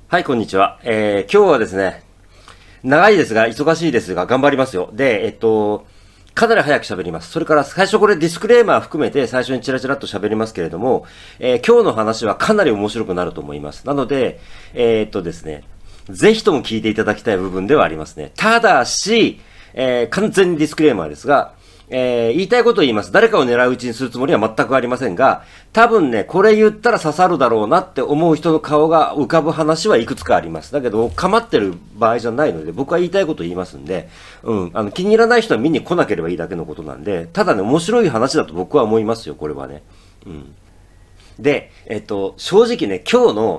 はい、こんにちは。今日はですね、長いですが、忙しいですが、頑張りますよ。で、かなり早く喋ります。それから最初これディスクレーマー含めて最初にチラチラっと喋りますけれども、今日の話はかなり面白くなると思います。なので、ですね、ぜひとも聞いていただきたい部分ではありますね。ただし、完全にディスクレーマーですが、言いたいことを言います。誰かを狙ううちにするつもりは全くありませんが、多分ね、これ言ったら刺さるだろうなって思う人の顔が浮かぶ話はいくつかあります。だけど、構ってる場合じゃないので、僕は言いたいことを言いますんで、気に入らない人は見に来なければいいだけのことなんで、ただね、面白い話だと僕は思いますよ、これはね。で、正直ね、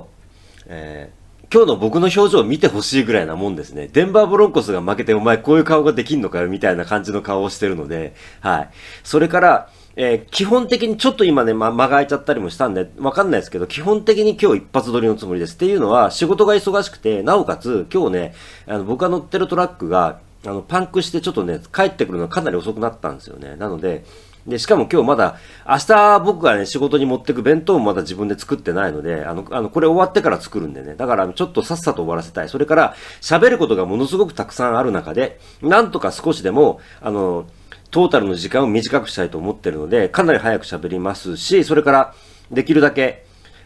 今日の僕の表情を見てほしいぐらいなもんですね。デンバーブロンコスが負けてお前こういう顔ができんのかよみたいな感じの顔をしてるので、はい。それから、基本的にちょっと今ね、間が空いちゃったりもしたんで、わかんないですけど、基本的に今日一発撮りのつもりです。っていうのは、仕事が忙しくて、なおかつ、今日ね、僕が乗ってるトラックが、パンクしてちょっとね、帰ってくるのがかなり遅くなったんですよね。なので、しかも今日まだ、明日僕がね、仕事に持ってく弁当もまだ自分で作ってないので、これ終わってから作るんでね。だからちょっとさっさと終わらせたい。それから、喋ることがものすごくたくさんある中で、なんとか少しでも、トータルの時間を短くしたいと思ってるので、かなり早く喋りますし、それから、できるだけ、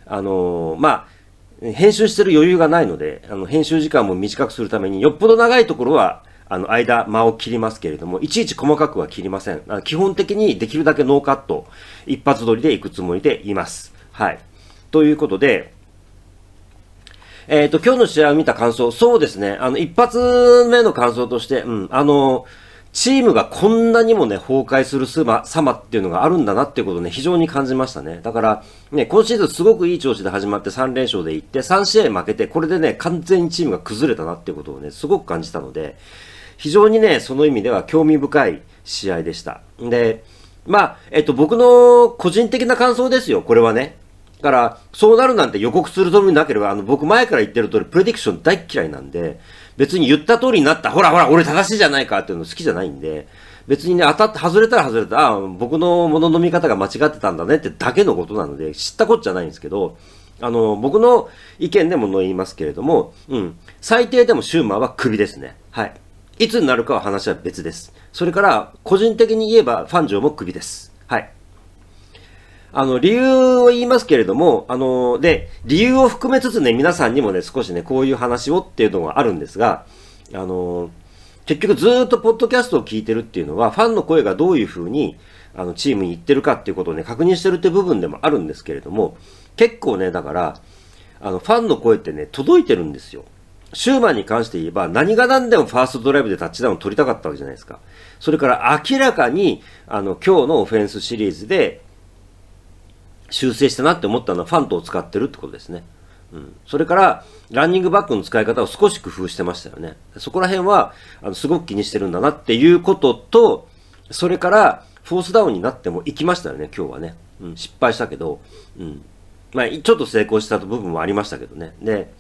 編集してる余裕がないので、編集時間も短くするために、よっぽど長いところは、間を切りますけれども、いちいち細かくは切りません。基本的にできるだけノーカット、一発撮りでいくつもりでいます。はい。ということで、今日の試合を見た感想、そうですね、一発目の感想として、チームがこんなにもね、崩壊する様っていうのがあるんだなっていうことをね、非常に感じましたね。だから、ね、今シーズンすごくいい調子で始まって3連勝でいって、3試合負けて、これでね、完全にチームが崩れたなっていうことをね、すごく感じたので、非常にね、その意味では興味深い試合でした。で、僕の個人的な感想ですよ、これはね。だから、そうなるなんて予告するつもりなければ、僕前から言ってる通り、プレディクション大嫌いなんで、別に言った通りになった、ほらほら、俺正しいじゃないかっていうの好きじゃないんで、別にね、外れたら外れた、僕のものの見方が間違ってたんだねってだけのことなので、知ったこっちゃないんですけど、僕の意見でも言いますけれども、最低でもシューマーはクビですね。はい。いつになるかは話は別です。それから、個人的に言えば、ファンジョーもクビです。はい。理由を言いますけれども、理由を含めつつね、皆さんにもね、少しね、こういう話をっていうのがあるんですが、結局ずーっとポッドキャストを聞いてるっていうのは、ファンの声がどういう風に、チームに言ってるかっていうことをね、確認してるって部分でもあるんですけれども、結構ね、だから、ファンの声ってね、届いてるんですよ。シューマンに関して言えば、何が何でもファーストドライブでタッチダウンを取りたかったわけじゃないですか。それから明らかに、今日のオフェンスシリーズで、修正したなって思ったのはファントを使ってるってことですね。それから、ランニングバックの使い方を少し工夫してましたよね。そこら辺は、すごく気にしてるんだなっていうことと、それから、フォースダウンになっても行きましたよね、今日はね。失敗したけど、ちょっと成功した部分もありましたけどね。で、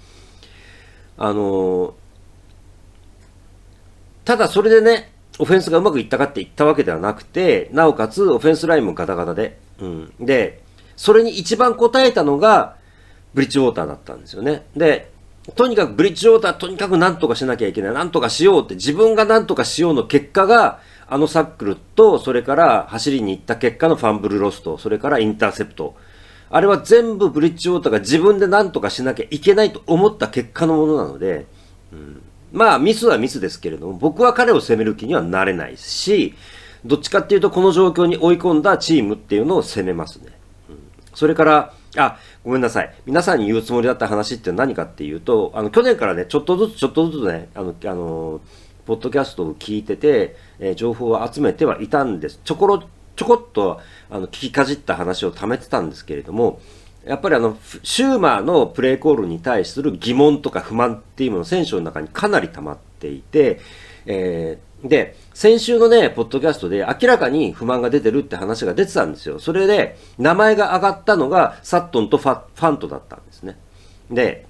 ただそれでね、オフェンスがうまくいったかって言ったわけではなくて、なおかつオフェンスラインもガタガタで、で、それに一番応えたのが、ブリッジウォーターだったんですよね。で、とにかくブリッジウォーターとにかく何とかしなきゃいけない、何とかしようって自分が何とかしようの結果が、サックルと、それから走りに行った結果のファンブルロスト、それからインターセプト。あれは全部ブリッジウォーターが自分で何とかしなきゃいけないと思った結果のものなので、ミスはミスですけれども、僕は彼を責める気にはなれないし、どっちかっていうとこの状況に追い込んだチームっていうのを責めますね。それから、ごめんなさい。皆さんに言うつもりだった話って何かっていうと、去年からね、ちょっとずつね、ポッドキャストを聞いてて、情報を集めてはいたんです。ちょこっと、聞きかじった話を貯めてたんですけれども、やっぱりシューマーのプレーコールに対する疑問とか不満っていうもの選手の中にかなり溜まっていて、で、先週のね、ポッドキャストで明らかに不満が出てるって話が出てたんですよ。それで、名前が上がったのがサットンとファントだったんですね。で、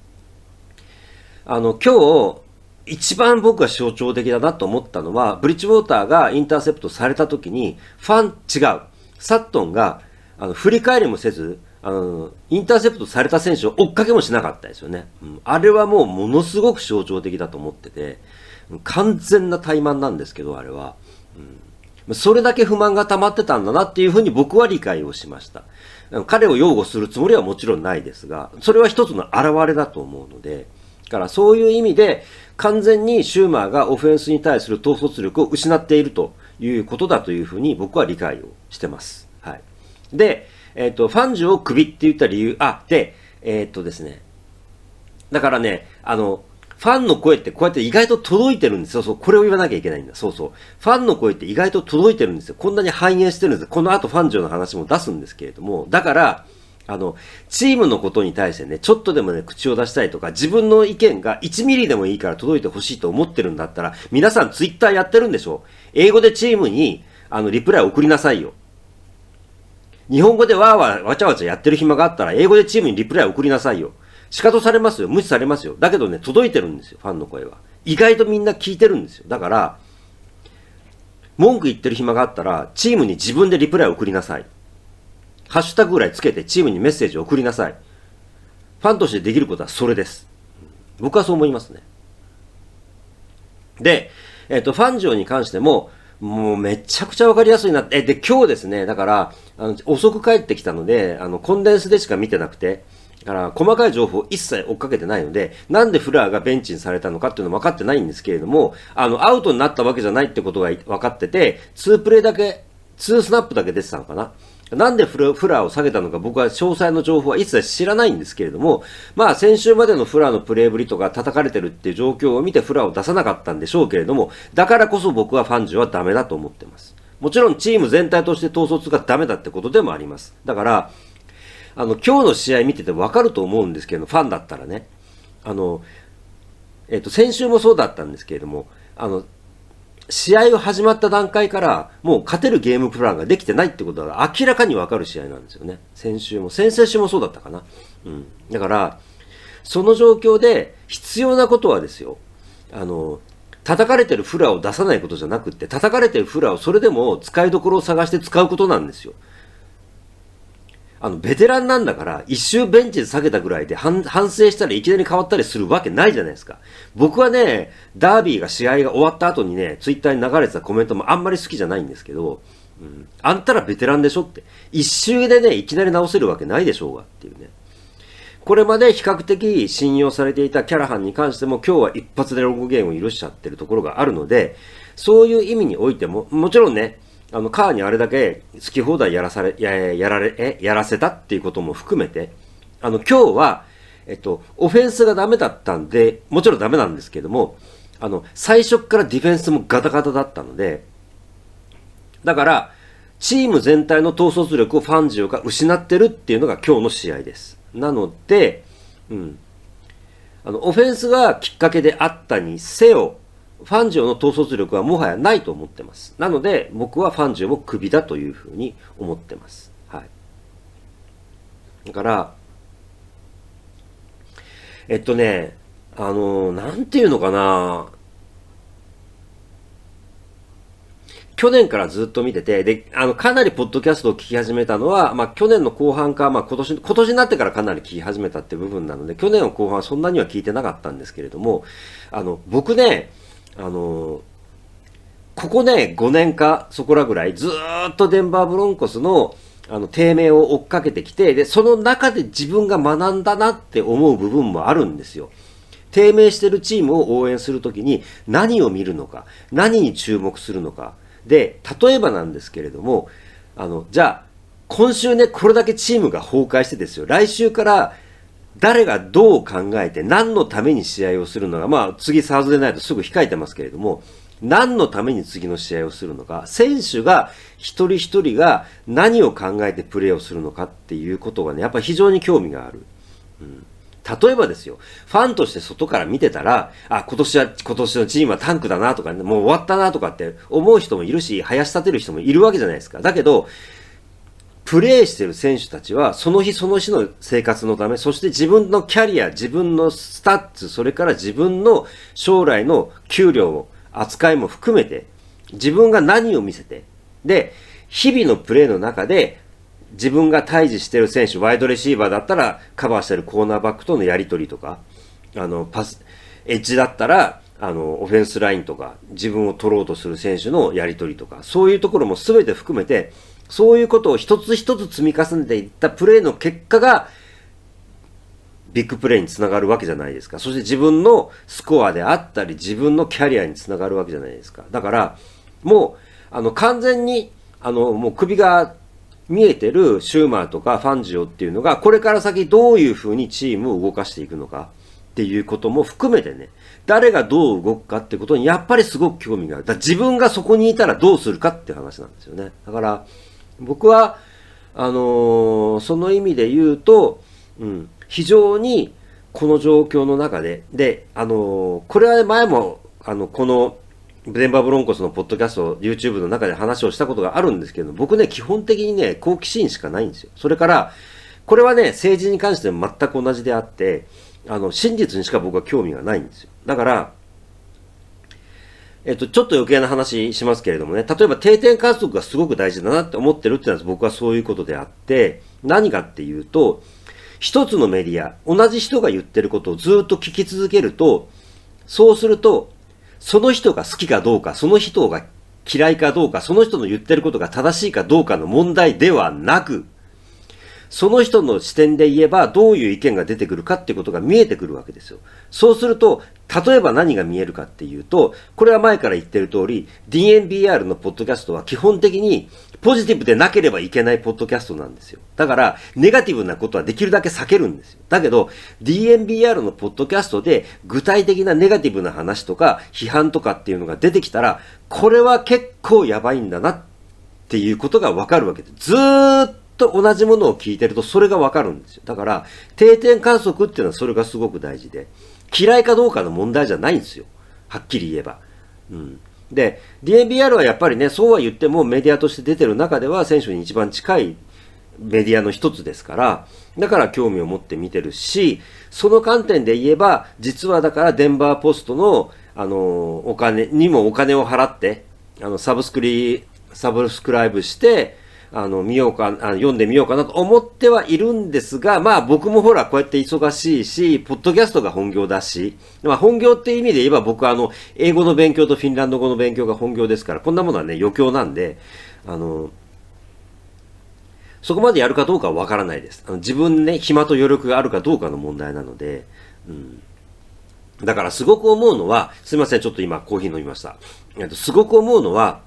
今日、一番僕が象徴的だなと思ったのは、ブリッジウォーターがインターセプトされた時に、違う。サットンが、振り返りもせず、 インターセプトされた選手を追っかけもしなかったですよね。あれはもうものすごく象徴的だと思ってて、完全な怠慢なんですけど、あれは。それだけ不満が溜まってたんだなっていうふうに僕は理解をしました。彼を擁護するつもりはもちろんないですが、それは一つの表れだと思うので、だからそういう意味で、完全にシューマーがオフェンスに対する統率力を失っているということだというふうに僕は理解をしてます。はい。で、ファンジュをクビって言った理由、ですね。だからね、ファンの声ってこうやって意外と届いてるんですよ。そう、これを言わなきゃいけないんだ。そうそう。ファンの声って意外と届いてるんですよ。こんなに反映してるんですよ。この後ファンジョの話も出すんですけれども、だから、チームのことに対してね、ちょっとでもね、口を出したいとか、自分の意見が1ミリでもいいから届いてほしいと思ってるんだったら、皆さんツイッターやってるんでしょ？英語でチームに、リプライ送りなさいよ。日本語でわーわーわちゃわちゃやってる暇があったら、英語でチームにリプライ送りなさいよ。仕方されますよ。無視されますよ。だけどね、届いてるんですよ、ファンの声は。意外とみんな聞いてるんですよ。だから、文句言ってる暇があったら、チームに自分でリプライを送りなさい。ハッシュタグぐらいつけてチームにメッセージを送りなさい。ファンとしてできることはそれです。僕はそう思いますね。で、ファンジョに関しても、もうめちゃくちゃわかりやすいなって。で、今日ですね、だから、遅く帰ってきたので、コンデンスでしか見てなくて、だから、細かい情報を一切追っかけてないので、なんでフラーがベンチにされたのかっていうのは分かってないんですけれども、アウトになったわけじゃないってことが分かってて、2プレイだけ、2スナップだけ出てたのかな。なんでフラーを下げたのか僕は詳細の情報は一切知らないんですけれども、まあ先週までのフラーのプレーぶりとか叩かれてるっていう状況を見てフラーを出さなかったんでしょうけれども、だからこそ僕はファンジュはダメだと思ってます。もちろんチーム全体として統率がダメだってことでもあります。だから、今日の試合見ててわかると思うんですけど、ファンだったらね、先週もそうだったんですけれども、試合が始まった段階からもう勝てるゲームプランができてないってことが明らかにわかる試合なんですよね。先々週もそうだったかな。だから、その状況で必要なことはですよ、叩かれてるフラーを出さないことじゃなくって、叩かれてるフラーをそれでも使いどころを探して使うことなんですよ。ベテランなんだから、一周ベンチで下げたぐらいで反省したりいきなり変わったりするわけないじゃないですか。僕はね、ダービーが試合が終わった後にね、ツイッターに流れてたコメントもあんまり好きじゃないんですけど、あんたらベテランでしょって。一周でね、いきなり直せるわけないでしょうがっていうね。これまで比較的信用されていたキャラハンに関しても今日は一発でロングゲームを許しちゃってるところがあるので、そういう意味においても、もちろんね、カーにあれだけ好き放題やらせたっていうことも含めて、今日は、オフェンスがダメだったんで、もちろんダメなんですけども、最初からディフェンスもガタガタだったので、だから、チーム全体の統率力をファンジオが失ってるっていうのが今日の試合です。なので、オフェンスがきっかけであったにせよ、ファンジオの統率力はもはやないと思ってます。なので、僕はファンジオもクビだというふうに思ってます。はい。だから、なんていうのかな。去年からずっと見てて、で、かなりポッドキャストを聞き始めたのは、去年の後半か、今年になってからかなり聞き始めたっていう部分なので、去年の後半はそんなには聞いてなかったんですけれども、僕ね、ここね、5年か、そこらぐらい、ずーっとデンバーブロンコスの、低迷を追っかけてきて、で、その中で自分が学んだなって思う部分もあるんですよ。低迷してるチームを応援するときに何を見るのか、何に注目するのか。で、例えばなんですけれども、じゃあ、今週ね、これだけチームが崩壊してですよ、来週から誰がどう考えて何のために試合をするのか、次サーズデーナイトすぐ控えてますけれども、何のために次の試合をするのか、選手が一人一人が何を考えてプレーをするのかっていうことがね、やっぱり非常に興味がある。例えばですよ、ファンとして外から見てたら、今年のチームはタンクだなとか、ね、もう終わったなとかって思う人もいるし、林立てる人もいるわけじゃないですか。だけど、プレーしてる選手たちは、その日その日の生活のため、そして自分のキャリア、自分のスタッツ、それから自分の将来の給料、扱いも含めて、自分が何を見せて、で、日々のプレーの中で、 自分が対峙してる選手、ワイドレシーバーだったらカバーしてるコーナーバックとのやり取りとか、エッジだったら、オフェンスラインとか、自分を取ろうとする選手のやり取りとか、そういうところも全て含めて、そういうことを一つ一つ積み重ねていったプレーの結果が、ビッグプレーにつながるわけじゃないですか。そして自分のスコアであったり、自分のキャリアにつながるわけじゃないですか。だから、もう、完全に、もう首が見えてるシューマーとかファンジオっていうのが、これから先どういうふうにチームを動かしていくのかっていうことも含めてね、誰がどう動くかってことにやっぱりすごく興味がある。だから自分がそこにいたらどうするかって話なんですよね。だから、僕は、その意味で言うと、非常にこの状況の中で、これは前も、この、デンバーブロンコスのポッドキャスト、YouTube の中で話をしたことがあるんですけど、僕ね、基本的にね、好奇心しかないんですよ。それから、これはね、政治に関しても全く同じであって、真実にしか僕は興味がないんですよ。だから、ちょっと余計な話しますけれどもね、例えば定点観測がすごく大事だなって思ってるっていうのは僕はそういうことであって、何かっていうと、一つのメディア、同じ人が言ってることをずっと聞き続けると、そうすると、その人が好きかどうか、その人が嫌いかどうか、その人の言ってることが正しいかどうかの問題ではなく、その人の視点で言えばどういう意見が出てくるかっていうことが見えてくるわけですよ。そうすると、例えば何が見えるかっていうと、これは前から言ってる通り、DNBR のポッドキャストは基本的にポジティブでなければいけないポッドキャストなんですよ。だから、ネガティブなことはできるだけ避けるんですよ。だけど、DNBR のポッドキャストで具体的なネガティブな話とか批判とかっていうのが出てきたら、これは結構やばいんだなっていうことがわかるわけで、ずーっと同じものを聞いてるとそれがわかるんですよ。だから、定点観測っていうのはそれがすごく大事で、嫌いかどうかの問題じゃないんですよ。はっきり言えば。で、DNBR はやっぱりね、そうは言ってもメディアとして出てる中では選手に一番近いメディアの一つですから、だから興味を持って見てるし、その観点で言えば、実はだからデンバーポストの、お金を払って、サブスクライブして、見ようか、読んでみようかなと思ってはいるんですが、まあ僕もほらこうやって忙しいし、ポッドキャストが本業だし、まあ本業っていう意味で言えば僕は英語の勉強とフィンランド語の勉強が本業ですから、こんなものはね、余興なんで、そこまでやるかどうかはわからないです。自分ね、暇と余力があるかどうかの問題なので、だからすごく思うのは、すいません、ちょっと今コーヒー飲みました。すごく思うのは、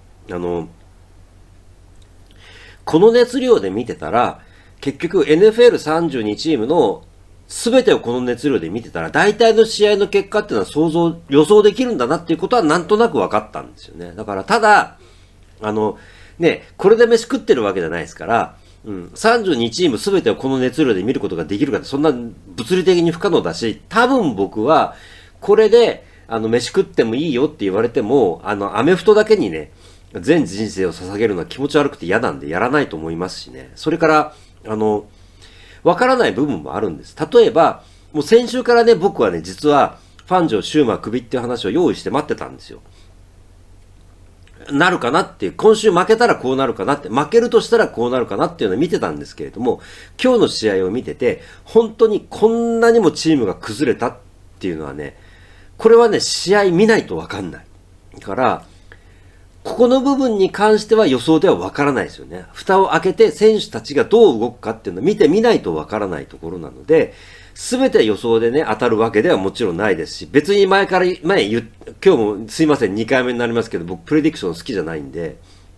この熱量で見てたら、結局 NFL32 チームの全てをこの熱量で見てたら、大体の試合の結果っていうのは予想できるんだなっていうことはなんとなく分かったんですよね。だから、ただ、これで飯食ってるわけじゃないですから、32チーム全てをこの熱量で見ることができるかって、そんな物理的に不可能だし、多分僕は、これで、飯食ってもいいよって言われても、アメフトだけにね、全人生を捧げるのは気持ち悪くて嫌なんでやらないと思いますしね。それから、わからない部分もあるんです。例えば、もう先週からね、僕はね、実は、ファンジョー、シューマー、クビっていう話を用意して待ってたんですよ。なるかなっていう、今週負けたらこうなるかなって、負けるとしたらこうなるかなっていうのを見てたんですけれども、今日の試合を見てて、本当にこんなにもチームが崩れたっていうのはね、これはね、試合見ないとわかんない。だから、ここの部分に関しては予想ではわからないですよね。蓋を開けて選手たちがどう動くかっていうのを見てみないとわからないところなので、すべて予想でね、当たるわけではもちろんないですし、別に今日もすいません、2回目になりますけど、僕プレディクション好きじゃないんで、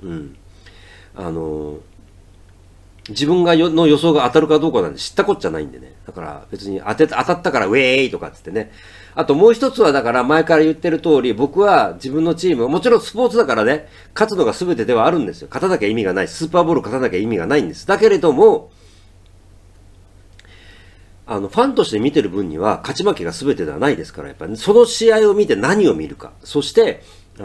自分の予想が当たるかどうかなんて知ったこっちゃないんでね。だから別に当たったからウェーイとかっつってね。あともう一つはだから前から言ってる通り、僕は自分のチーム、もちろんスポーツだからね、勝つのが全てではあるんですよ。勝たなきゃ意味がない。スーパーボール勝たなきゃ意味がないんです。だけれども、ファンとして見てる分には勝ち負けが全てではないですから、やっぱり、ね、その試合を見て何を見るか。そして、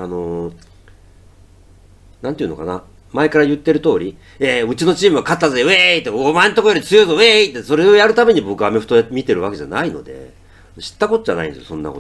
なんていうのかな。前から言ってる通り、うちのチームは勝ったぜ、ウェーイって、お前んとこより強いぞ、ウェーイって、それをやるために僕はアメフト見てるわけじゃないので、知ったこっちゃないんですよ、そんなことは。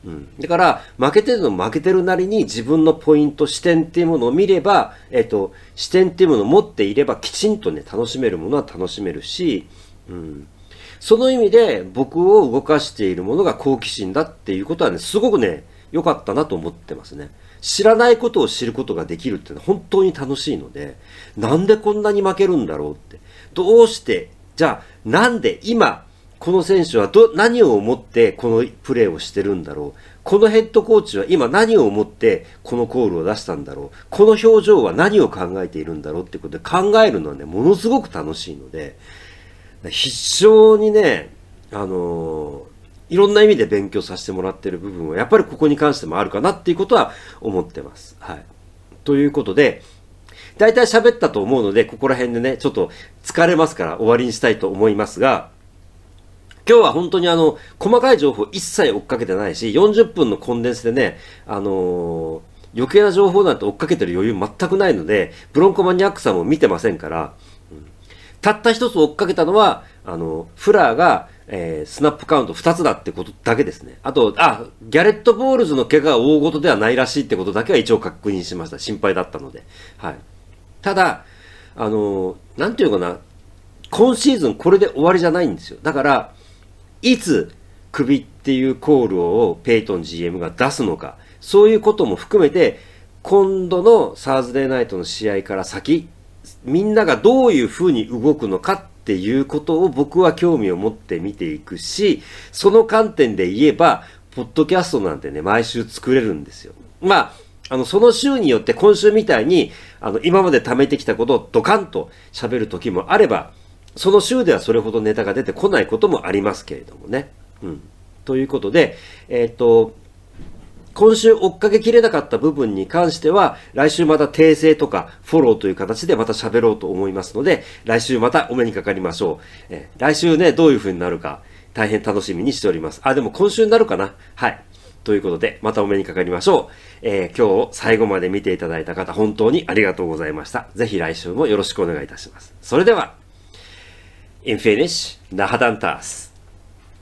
だから、負けてるなりに自分のポイント、視点っていうものを見れば、視点っていうものを持っていれば、きちんとね、楽しめるものは楽しめるし、その意味で僕を動かしているものが好奇心だっていうことはね、すごくね、良かったなと思ってますね。知らないことを知ることができるっていうのは本当に楽しいので、なんでこんなに負けるんだろうって。どうして、じゃあ、なんで今、この選手は何を思ってこのプレーをしてるんだろう。このヘッドコーチは今何を思ってこのコールを出したんだろう。この表情は何を考えているんだろうってことで考えるのはね、ものすごく楽しいので、非常にね、いろんな意味で勉強させてもらってる部分は、やっぱりここに関してもあるかなっていうことは思ってます。はい。ということで、大体喋ったと思うので、ここら辺でね、ちょっと疲れますから終わりにしたいと思いますが、今日は本当に細かい情報一切追っかけてないし、40分のコンデンスでね、余計な情報なんて追っかけてる余裕全くないので、ブロンコマニアックさんも見てませんから、たった一つ追っかけたのは、フラーが、スナップカウント2つだってことだけですね。あと、ギャレット・ボールズの怪我は大事ではないらしいってことだけは一応確認しました。心配だったので。はい。ただ、なんていうかな、今シーズンこれで終わりじゃないんですよ。だから、いつクビっていうコールをペイトン GM が出すのか、そういうことも含めて、今度のサーズデーナイトの試合から先、みんながどういう風に動くのかっていうことを僕は興味を持って見ていくし、その観点で言えば、ポッドキャストなんてね、毎週作れるんですよ。まあ、その週によって今週みたいに、今まで貯めてきたことをドカンと喋る時もあれば、その週ではそれほどネタが出てこないこともありますけれどもね。ということで、今週追っかけきれなかった部分に関しては、来週また訂正とかフォローという形でまた喋ろうと思いますので、来週またお目にかかりましょう。来週ね、どういう風になるか、大変楽しみにしております。でも今週になるかな。はい。ということで、またお目にかかりましょう。今日最後まで見ていただいた方、本当にありがとうございました。ぜひ来週もよろしくお願いいたします。それでは、In finish, Nahadantas.